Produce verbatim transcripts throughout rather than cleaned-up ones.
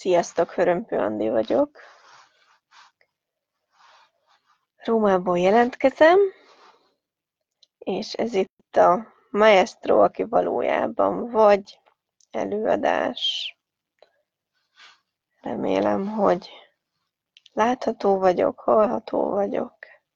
Sziasztok, Hörömpő Andi vagyok. Rómából jelentkezem, és ez itt a Maestro, aki valójában vagy előadás. Remélem, hogy látható vagyok, hallható vagyok.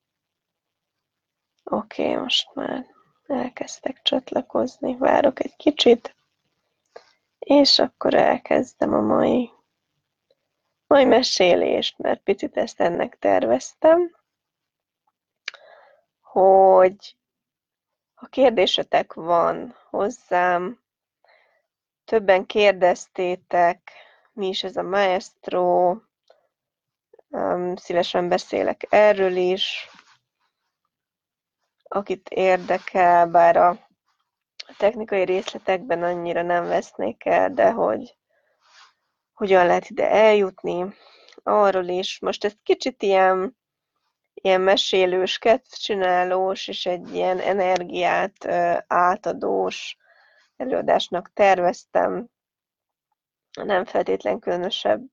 Oké, okay, most már elkezdtek csatlakozni, várok egy kicsit, és akkor elkezdem a mai, mai mesélést, mert picit ezt ennek terveztem, hogy ha kérdésetek van hozzám, többen kérdeztétek, mi is ez a Maestro, szívesen beszélek erről is, akit érdekel, bár a technikai részletekben annyira nem vesznék el, de hogy hogyan lehet ide eljutni, arról is. Most ez kicsit ilyen, ilyen mesélős, kedvcsinálós, és egy ilyen energiát átadós előadásnak terveztem. Nem feltétlen különösebb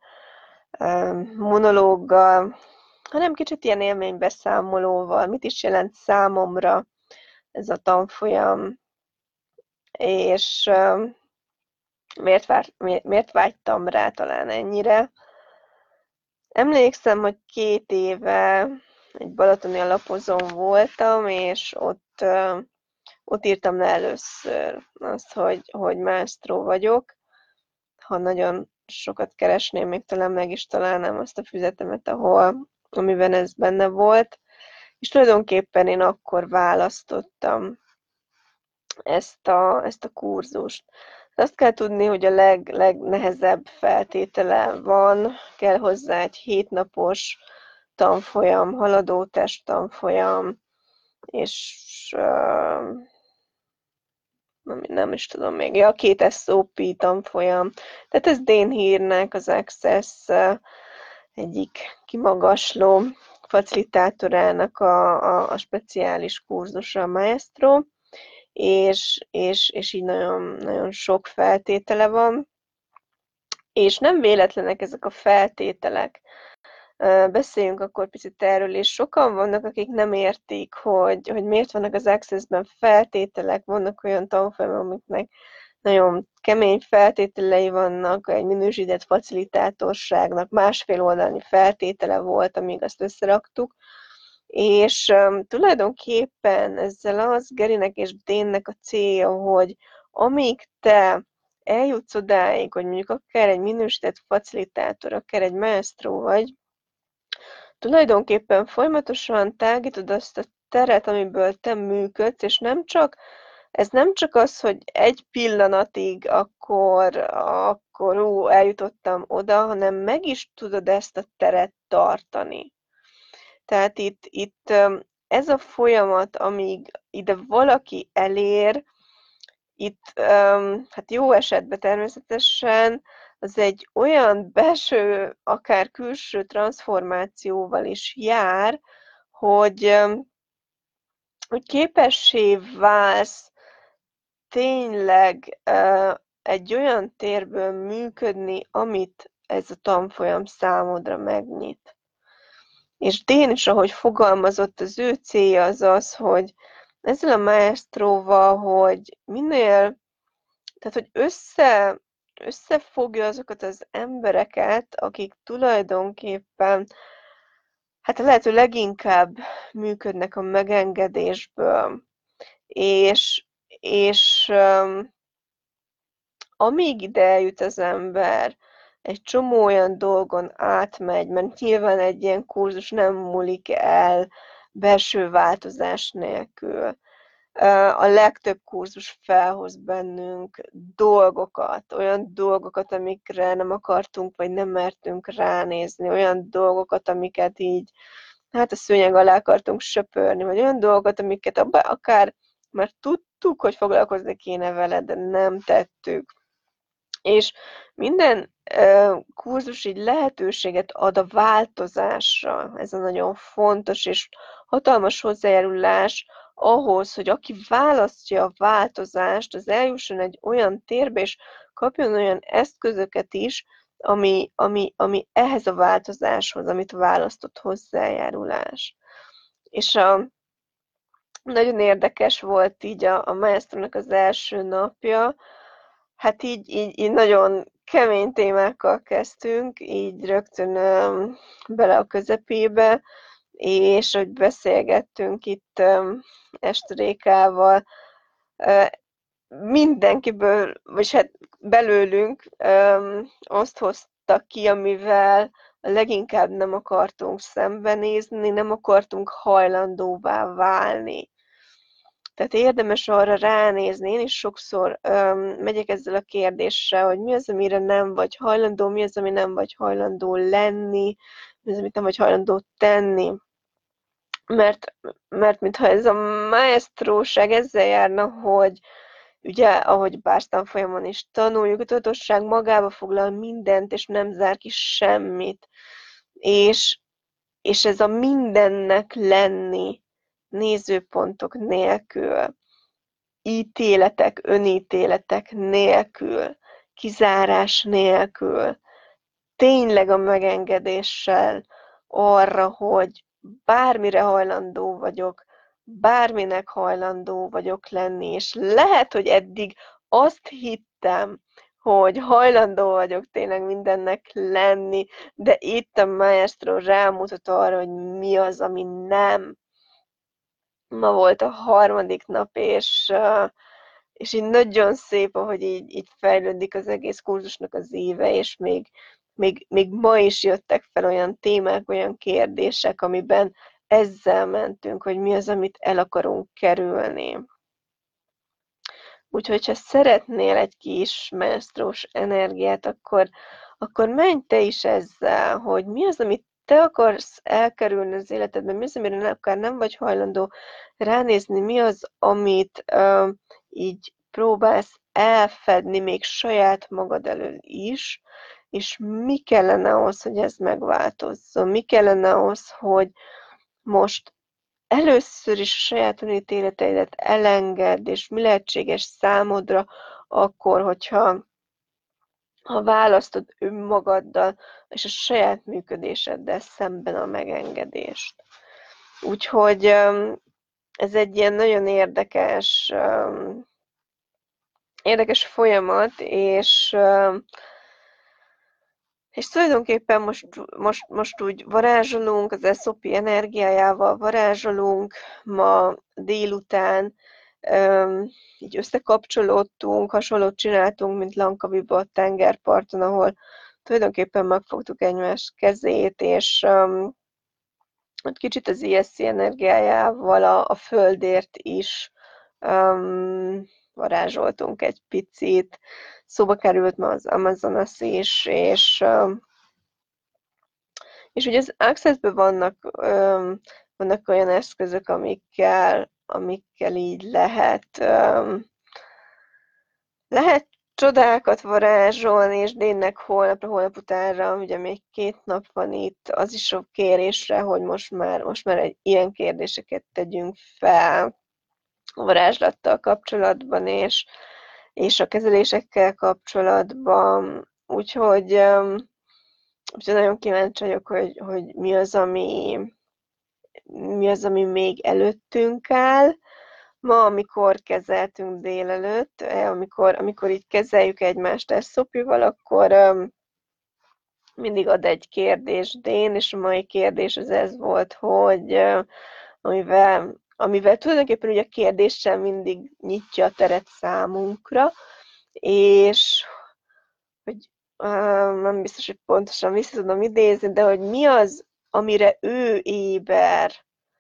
monológgal, hanem kicsit ilyen élménybeszámolóval, mit is jelent számomra ez a tanfolyam, és miért, vár, miért vágytam rá talán ennyire. Emlékszem, hogy két éve egy balatoni alapozón voltam, és ott, ott írtam le először azt, hogy, hogy Maestro vagyok. Ha nagyon sokat keresném, még talán meg is találnám azt a füzetemet, ahol, amiben ez benne volt. És tulajdonképpen én akkor választottam ezt a, ezt a kurzust. Azt kell tudni, hogy a leg, legnehezebb feltétele van, kell hozzá egy hétnapos tanfolyam, haladótest tanfolyam, és uh, nem is tudom még, ja, két es o pé tanfolyam. Tehát ez Dane Heernek, az Access egyik kimagasló facilitátorának a, a, a speciális kurzusa, a Maestro, és, és, és így nagyon, nagyon sok feltétele van, és nem véletlenek ezek a feltételek. Beszéljünk akkor picit erről, és sokan vannak, akik nem értik, hogy, hogy miért vannak az Access-ben feltételek, vannak olyan tanfolyamok, amiknek nagyon kemény feltételei vannak, egy minősített facilitátorságnak másfél oldalnyi feltétele volt, amíg azt összeraktuk, és um, tulajdonképpen ezzel az Garynek és Dane-nek a célja, hogy amíg te eljutsz odáig, hogy mondjuk akár egy minősített facilitátor, akár egy maestro vagy, tulajdonképpen folyamatosan tágítod azt a teret, amiből te működsz, és nem csak, ez nem csak az, hogy egy pillanatig akkor, akkor ú, eljutottam oda, hanem meg is tudod ezt a teret tartani. Tehát itt, itt ez a folyamat, amíg ide valaki elér, itt hát jó esetben természetesen az egy olyan belső, akár külső transformációval is jár, hogy, hogy képessé válsz tényleg egy olyan térből működni, amit ez a tanfolyam számodra megnyit. És Dane is, ahogy fogalmazott, az ő célja az az, hogy ezzel a maestróval, hogy minél, tehát hogy össze, összefogja azokat az embereket, akik tulajdonképpen hát a lehető leginkább működnek a megengedésből. És, és um, amíg ide eljut az ember, egy csomó olyan dolgon átmegy, mert nyilván egy ilyen kurzus nem múlik el belső változás nélkül. A legtöbb kurzus felhoz bennünk dolgokat, olyan dolgokat, amikre nem akartunk, vagy nem mertünk ránézni, olyan dolgokat, amiket így, hát a szőnyeg alá akartunk söpörni, vagy olyan dolgokat, amiket akár már tudtuk, hogy foglalkozni kéne vele, de nem tettük. És minden uh, kurzus így lehetőséget ad a változásra. Ez a nagyon fontos és hatalmas hozzájárulás ahhoz, hogy aki választja a változást, az eljusson egy olyan térbe, és kapjon olyan eszközöket is, ami, ami, ami ehhez a változáshoz, amit választott, hozzájárulás. És a, nagyon érdekes volt így a, a Maestrónak az első napja, hát így, így, így nagyon kemény témákkal kezdtünk, így rögtön um, bele a közepébe, és hogy beszélgettünk itt um, Esterékával, uh, mindenkiből, vagy hát belőlünk um, azt hoztak ki, amivel leginkább nem akartunk szembenézni, nem akartunk hajlandóvá válni. Tehát érdemes arra ránézni, én is sokszor öm, megyek ezzel a kérdéssel, hogy mi az, amire nem vagy hajlandó, mi az, ami nem vagy hajlandó lenni, mi az, amit nem vagy hajlandó tenni. Mert, mert mintha ez a maestróság ezzel járna, hogy ugye, ahogy bárs tanfolyamon is tanuljuk, a tudatosság magába foglal mindent, és nem zár ki semmit. És, és ez a mindennek lenni nézőpontok nélkül, ítéletek, önítéletek nélkül, kizárás nélkül, tényleg a megengedéssel arra, hogy bármire hajlandó vagyok, bárminek hajlandó vagyok lenni, és lehet, hogy eddig azt hittem, hogy hajlandó vagyok tényleg mindennek lenni, de itt a maestro rámutat arra, hogy mi az, ami nem. Ma volt a harmadik nap, és, és így nagyon szép, ahogy így, így fejlődik az egész kurzusnak az éve, és még, még, még ma is jöttek fel olyan témák, olyan kérdések, amiben ezzel mentünk, hogy mi az, amit el akarunk kerülni. Úgyhogy, ha szeretnél egy kis menstrós energiát, akkor, akkor menj te is ezzel, hogy mi az, amit te akarsz elkerülni az életedben, mi az, amire akár nem vagy hajlandó ránézni, mi az, amit uh, így próbálsz elfedni még saját magad elől is, és mi kellene ahhoz, hogy ez megváltozzon, mi kellene ahhoz, hogy most először is a saját önítéleteidet elengedd, és mi lehetséges számodra akkor, hogyha ha választod önmagaddal és a saját működéseddel szemben a megengedést. Úgyhogy ez egy ilyen nagyon érdekes, érdekes folyamat, és És tulajdonképpen most, most, most úgy varázsolunk, az es o pé energiájával varázsolunk, ma délután um, így összekapcsolódtunk, hasonlót csináltunk, mint Lankawiba a tengerparton, ahol tulajdonképpen megfogtuk egymás kezét, és um, kicsit az i es cé energiájával a, a földért is um, varázsoltunk egy picit. Szóba került ma az Amazonas is, és, és ugye az Access-ben vannak, vannak olyan eszközök, amikkel, amikkel így lehet, lehet csodákat varázsolni, és Dénnek holnapra, holnap utánra, ugye még két nap van itt, az is a kérésre, hogy most már, most már egy ilyen kérdéseket tegyünk fel a varázslattal kapcsolatban, és, és a kezelésekkel kapcsolatban. Úgyhogy, úgyhogy nagyon kíváncsi vagyok, hogy, hogy mi az, ami, mi az, ami még előttünk áll. Ma, amikor kezeltünk délelőtt, amikor, amikor így kezeljük egymást es o pé-val, akkor um, mindig ad egy kérdés Dén, és a mai kérdés az ez volt, hogy uh, amivel, amivel tulajdonképpen ugye a kérdéssel mindig nyitja a teret számunkra, és hogy uh, nem biztos, hogy pontosan vissza tudom idézni, de hogy mi az, amire ő éber,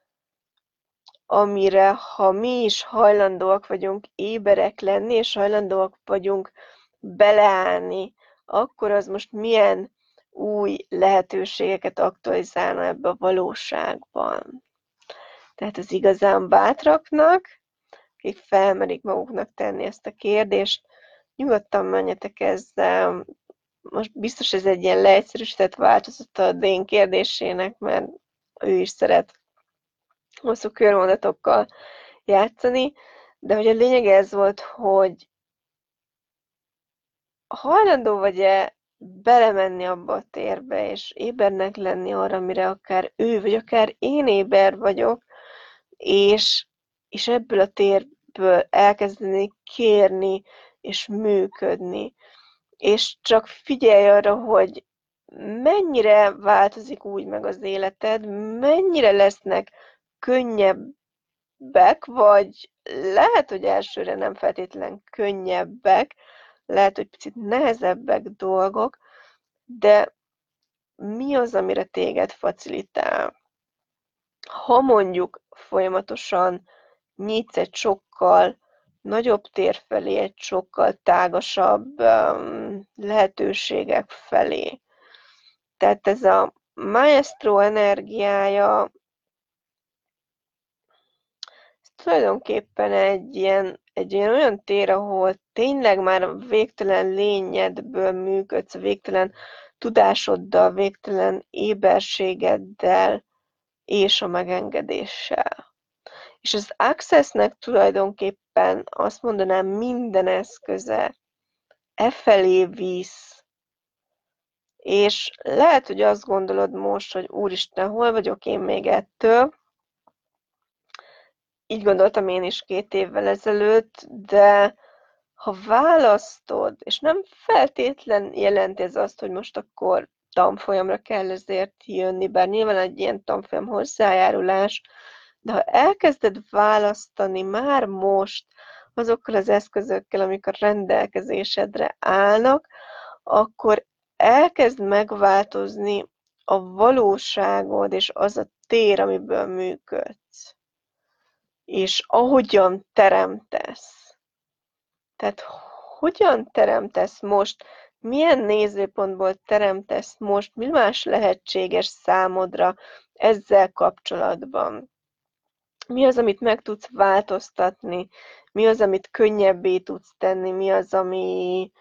amire, ha mi is hajlandóak vagyunk éberek lenni, és hajlandóak vagyunk beleállni, akkor az most milyen új lehetőségeket aktualizálna ebbe a valóságban. Tehát az igazán bátraknak, akik felmerik maguknak tenni ezt a kérdést, nyugodtan menjetek ezzel. Most biztos ez egy ilyen leegyszerűsített változata a Dén kérdésének, mert ő is szeret hosszú körmondatokkal játszani, de hogy a lényeg ez volt, hogy hajlandó vagy-e belemenni abba a térbe, és ébernek lenni arra, amire akár ő, vagy akár én éber vagyok, és, és ebből a térből elkezdeni kérni, és működni. És csak figyelj arra, hogy mennyire változik úgy meg az életed, mennyire lesznek könnyebbek, vagy lehet, hogy elsőre nem feltétlen könnyebbek, lehet, hogy picit nehezebbek dolgok, de mi az, amire téged facilitál? Ha mondjuk folyamatosan nyitsz egy sokkal nagyobb tér felé, egy sokkal tágasabb um, lehetőségek felé. Tehát ez a maestro energiája, ez tulajdonképpen egy ilyen, egy ilyen olyan tér, ahol tényleg már a végtelen lényedből működsz, a végtelen tudásoddal, végtelen éberségeddel és a megengedéssel. És az Accessnek tulajdonképpen azt mondanám, minden eszköze e felé visz. És lehet, hogy azt gondolod most, hogy úristen, hol vagyok én még ettől? Így gondoltam én is két évvel ezelőtt, de ha választod, és nem feltétlen jelenti ez azt, hogy most akkor tanfolyamra kell ezért jönni, bár nyilván egy ilyen tanfolyam hozzájárulás, de ha elkezded választani már most azokkal az eszközökkel, amik a rendelkezésedre állnak, akkor elkezd megváltozni a valóságod, és az a tér, amiből működsz. És ahogyan teremtesz. Tehát hogyan teremtesz most, milyen nézőpontból teremtesz most, mi más lehetséges számodra ezzel kapcsolatban? Mi az, amit meg tudsz változtatni? Mi az, amit könnyebbé tudsz tenni? Mi az, ami,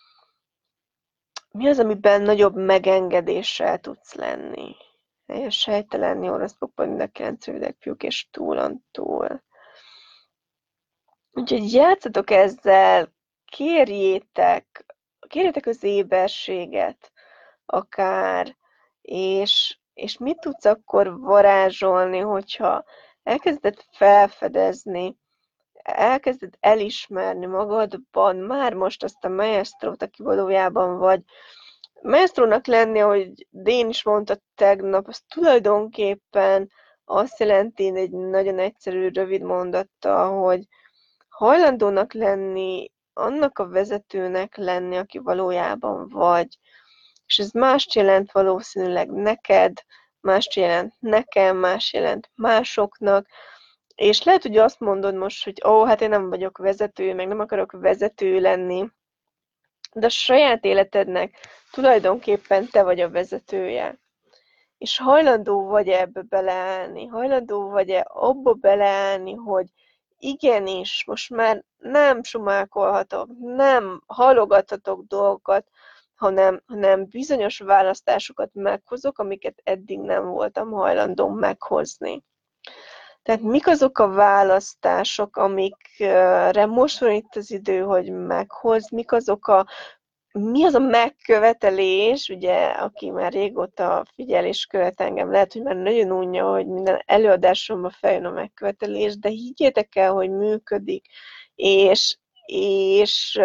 mi az amiben nagyobb megengedéssel tudsz lenni? Helyes, helytelen, jó, azt fog mind a kilenc rövidek fiúk és túlon túl. Úgyhogy játszatok ezzel, kérjétek, kérjétek az éberséget akár, és, és mit tudsz akkor varázsolni, hogyha elkezded felfedezni, elkezded elismerni magadban már most azt a maestrót, aki valójában vagy. Maestrónak lenni, ahogy Dén is mondta tegnap, az tulajdonképpen azt jelenti egy nagyon egyszerű, rövid mondattal, hogy hajlandónak lenni, annak a vezetőnek lenni, aki valójában vagy. És ez mást jelent valószínűleg neked, mást jelent nekem, más jelent másoknak, és lehet, hogy azt mondod most, hogy ó, hát én nem vagyok vezető, meg nem akarok vezető lenni, de a saját életednek tulajdonképpen te vagy a vezetője. És hajlandó vagy-e ebbe beleállni? Hajlandó vagy-e abba beleállni, hogy igenis, most már nem sumálkolhatok, nem halogathatok dolgokat, hanem, hanem bizonyos választásokat meghozok, amiket eddig nem voltam hajlandó meghozni. Tehát mik azok a választások, amikre most van itt az idő, hogy meghoz, mik azok a mi az a megkövetelés, ugye, aki már régóta figyel és követ engem, lehet, hogy már nagyon unja, hogy minden előadásomban feljön a megkövetelés, de higgyétek el, hogy működik, és, és,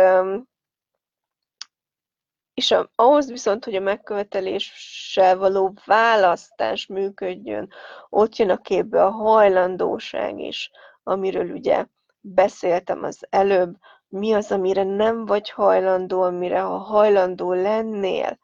és ahhoz viszont, hogy a megköveteléssel való választás működjön, ott jön a képbe a hajlandóság is, amiről ugye beszéltem az előbb, mi az, amire nem vagy hajlandó, amire ha hajlandó lennél,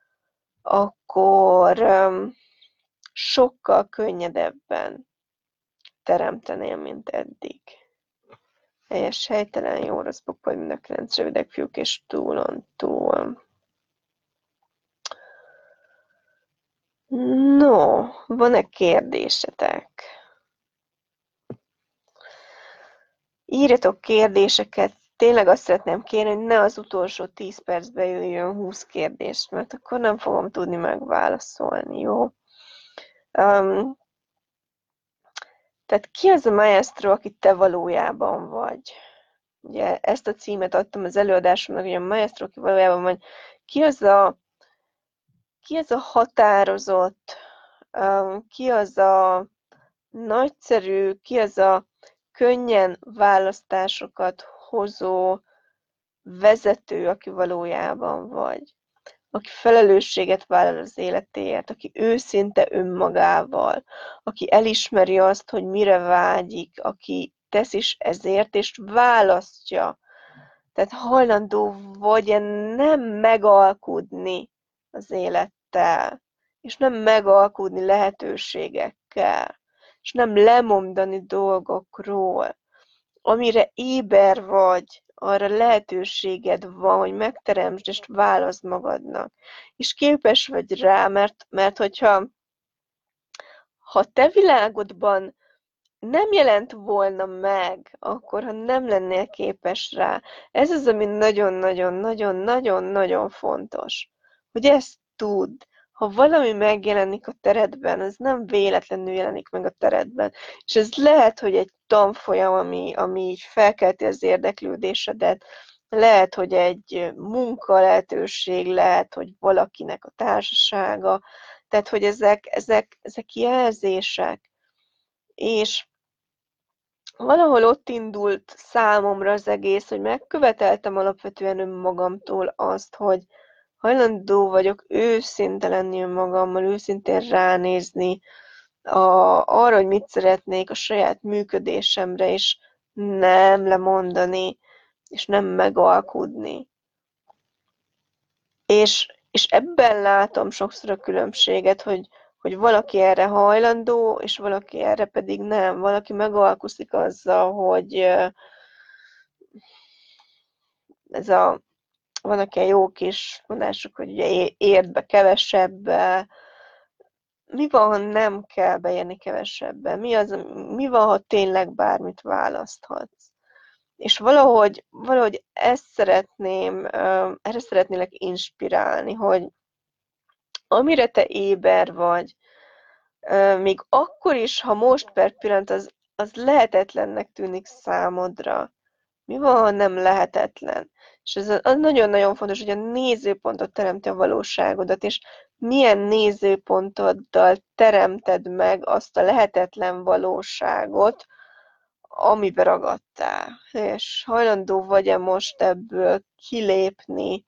akkor um, sokkal könnyedebben teremtenél, mint eddig. Helyes, helytelen, jó, rossz, pokol, mind a kilenc rövidek fiúk és túlon túl. No, van-e kérdésetek? Írjatok kérdéseket, tényleg azt szeretném kérni, hogy ne az utolsó tíz percben jöjjön húsz kérdés, mert akkor nem fogom tudni megválaszolni, jó? Um, tehát ki az a maestro, aki te valójában vagy? ugye ezt a címet adtam az előadásomnak, hogy a maestro, ki valójában vagy, ki az a, ki az a határozott, ki az a nagyszerű, ki az a könnyen választásokat hozó vezető, aki valójában vagy. Aki felelősséget vállal az életéért, aki őszinte önmagával, aki elismeri azt, hogy mire vágyik, aki tesz is ezért, és választja. Tehát hajlandó vagy nem megalkudni az élettel, és nem megalkudni lehetőségekkel, és nem lemondani dolgokról. Amire éber vagy, arra lehetőséged van, hogy megteremtsd és válaszd magadnak. És képes vagy rá, mert, mert hogyha ha te világodban nem jelent volna meg, akkor ha nem lennél képes rá. Ez az, ami nagyon-nagyon-nagyon-nagyon-nagyon fontos. Hogy ezt tudd. Ha valami megjelenik a teredben, az nem véletlenül jelenik meg a teredben. És ez lehet, hogy egy tanfolyam, ami, ami így felkelti az érdeklődésedet, lehet, hogy egy munka lehetőség, lehet, hogy valakinek a társasága, tehát, hogy ezek, ezek, ezek jelzések. És valahol ott indult számomra az egész, hogy megköveteltem alapvetően önmagamtól azt, hogy hajlandó vagyok őszinte lenni önmagammal, őszintén ránézni a, arra, hogy mit szeretnék a saját működésemre, és nem lemondani, és nem megalkudni. És, és ebben látom sokszor a különbséget, hogy, hogy valaki erre hajlandó, és valaki erre pedig nem. Valaki megalkuszik azzal, hogy ez a, vannak ilyen jó kis mondások, hogy ugye érd be kevesebbe. Mi van, ha nem kell beérni kevesebbe? Mi, az, mi van, ha tényleg bármit választhatsz? És valahogy, valahogy ezt szeretném, erre szeretnélek inspirálni, hogy amire te éber vagy, még akkor is, ha most per pillanat az, az lehetetlennek tűnik számodra. Mi van, ha nem lehetetlen? És ez az nagyon-nagyon fontos, hogy a nézőpontot teremti a valóságodat, és milyen nézőpontoddal teremted meg azt a lehetetlen valóságot, amiben ragadtál. És hajlandó vagy-e most ebből kilépni,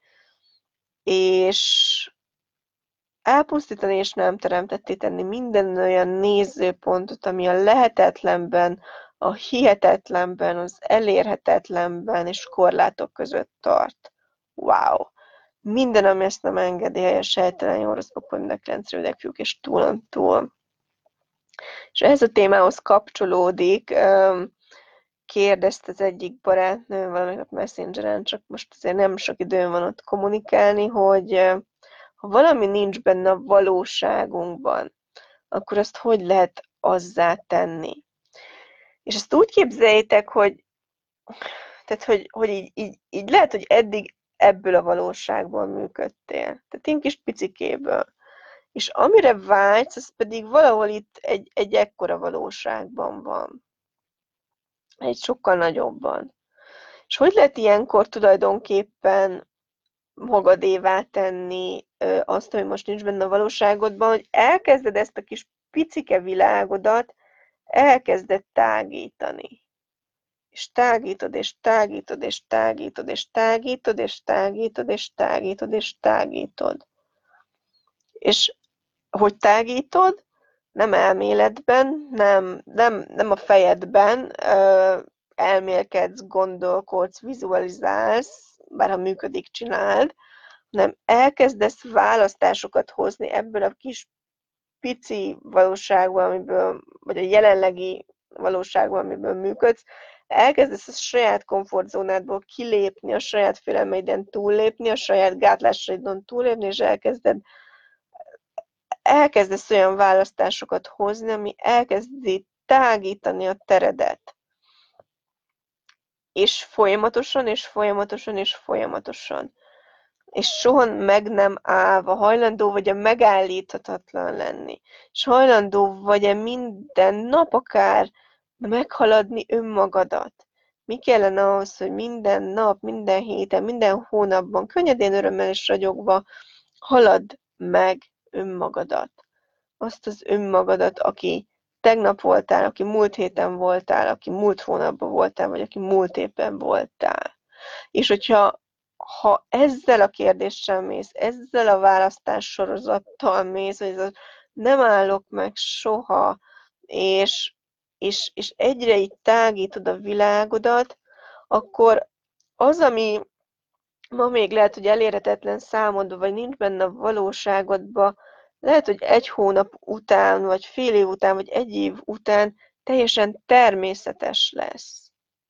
és elpusztítani és nem teremtetté tenni minden olyan nézőpontot, ami a lehetetlenben, a hihetetlenben, az elérhetetlenben és korlátok között tart. Wow! Minden, ami ezt nem engedi, helyes helytelen horoszkópon, mindenkilencre fiúk és túlon túl. És ehhez a témához kapcsolódik, kérdezte az egyik barátnőm valamelyik Messengeren, csak most azért nem sok időm van ott kommunikálni, hogy ha valami nincs benne a valóságunkban, akkor azt hogy lehet azzá tenni? És ezt úgy képzeljétek, hogy, tehát, hogy, hogy így, így, így lehet, hogy eddig ebből a valóságból működtél. Tehát én kis picikéből. És amire vágysz, az pedig valahol itt egy, egy ekkora valóságban van. Egy sokkal nagyobban. És hogy lehet ilyenkor tulajdonképpen magadévá tenni azt, ami most nincs benne a valóságodban, hogy elkezded ezt a kis picike világodat, elkezded tágítani. És tágítod, és tágítod, és tágítod, és tágítod, és tágítod, és tágítod, és tágítod. És hogy tágítod, nem elméletben, nem, nem, nem a fejedben elmélkedsz, gondolkodsz, vizualizálsz, bár ha működik, csináld, hanem elkezdesz választásokat hozni ebből a kis pici valóságból, amiből, vagy a jelenlegi valóságból, amiből működsz, elkezdesz a saját komfortzónádból kilépni, a saját félelmeiden túllépni, a saját gátlásaidon túllépni, és elkezded, elkezdesz olyan választásokat hozni, ami elkezdi tágítani a teredet. És folyamatosan, és folyamatosan, és folyamatosan. És soha meg nem állva, hajlandó vagy-e megállíthatatlan lenni. És hajlandó vagy-e minden nap akár meghaladni önmagadat. mi kellene ahhoz, hogy minden nap, minden héten, minden hónapban, könnyedén, örömmel és ragyogva haladd meg önmagadat. Azt az önmagadat, aki tegnap voltál, aki múlt héten voltál, aki múlt hónapban voltál, vagy aki múlt évben voltál. És hogyha ha ezzel a kérdéssel mész, ezzel a választás sorozattal mész, hogy ez nem állok meg soha, és, és, és egyre így tágítod a világodat, akkor az, ami ma még lehet, hogy elérhetetlen számodba, vagy nincs benne a valóságodba, lehet, hogy egy hónap után, vagy fél év után, vagy egy év után teljesen természetes lesz.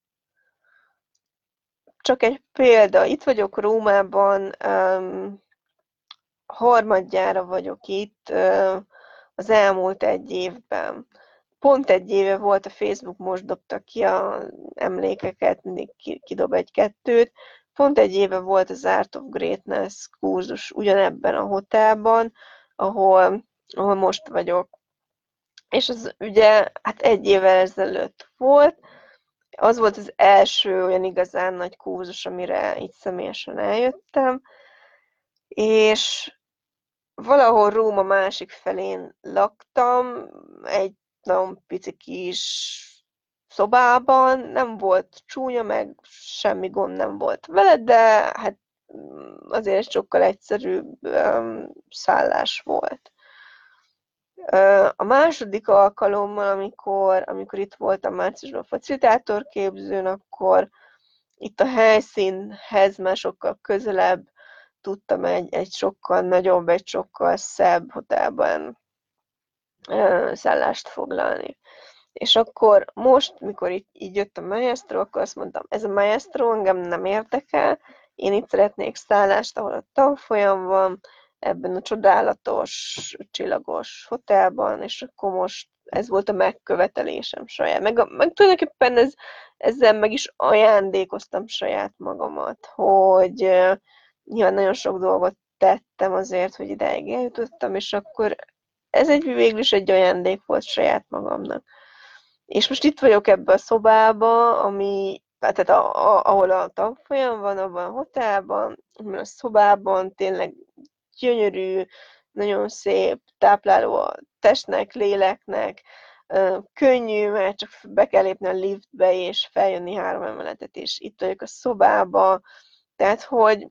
Csak egy példa, itt vagyok Rómában, um, harmadjára vagyok itt uh, az elmúlt egy évben. Pont egy éve volt a Facebook, most dobta ki az emlékeket, mindig kidob egy-kettőt. Pont egy éve volt az Art of Greatness kurzus ugyanebben a hotelban, ahol, ahol most vagyok. És az ugye, hát egy évvel ezelőtt volt, az volt az első olyan igazán nagy kurzus, amire így személyesen eljöttem, és valahol Róma másik felén laktam, egy nagyon pici kis szobában, nem volt csúnya, meg semmi gond nem volt vele, de hát azért sokkal egyszerűbb um, szállás volt. A második alkalommal, amikor, amikor itt voltam márciusban facilitátorképzőn, akkor itt a helyszínhez már sokkal közelebb tudtam egy, egy sokkal nagyobb, egy sokkal szebb hotelben szállást foglalni. És akkor most, mikor így, így jött a Maestro, akkor azt mondtam, ez a Maestro engem nem érdekel, én itt szeretnék szállást, ahol a tanfolyam van, ebben a csodálatos, csillagos hotelban, és akkor most ez volt a megkövetelésem saját. Meg, meg tulajdonképpen ez, ezzel meg is ajándékoztam saját magamat, hogy uh, nyilván nagyon sok dolgot tettem azért, hogy ideig eljutottam, és akkor ez egy végül is egy ajándék volt saját magamnak. És most itt vagyok ebben a szobában, ami, tehát a, a, ahol a tanfolyam van, abban a hotelban, abban a szobában tényleg gyönyörű, nagyon szép, tápláló a testnek, léleknek, könnyű, mert csak be kell lépni a liftbe, és feljönni három emeletet, és itt vagyok a szobába. Tehát, hogy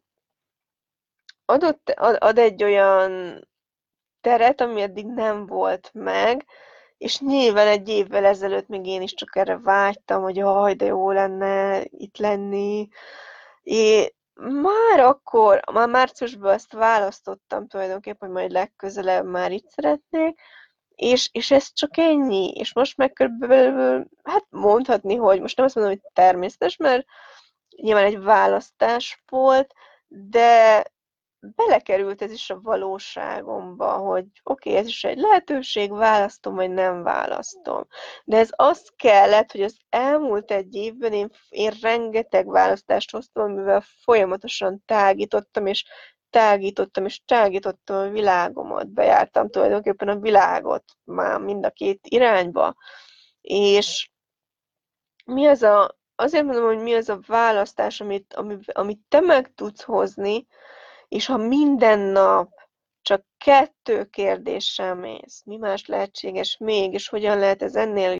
adott, ad, ad egy olyan teret, ami eddig nem volt meg, és nyilván egy évvel ezelőtt még én is csak erre vágytam, hogy jaj, de jó lenne itt lenni. És már akkor, már márciusban azt választottam tulajdonképpen, hogy majd legközelebb már itt szeretnék, és, és ez csak ennyi. És most meg körülbelül, hát mondhatni, hogy most nem azt mondom, hogy természetes, mert nyilván egy választás volt, de belekerült ez is a valóságomba, hogy oké, okay, ez is egy lehetőség, választom, vagy nem választom. De ez az kellett, hogy az elmúlt egy évben én, én rengeteg választást hoztam, mivel folyamatosan tágítottam, és tágítottam, és tágítottam a világomat. Bejártam tulajdonképpen a világot már mind a két irányba. És mi az a, azért mondom, hogy mi az a választás, amit, amit, amit te meg tudsz hozni, és ha minden nap csak kettő kérdéssel mész, mi más lehetséges még, és hogyan lehet ez ennél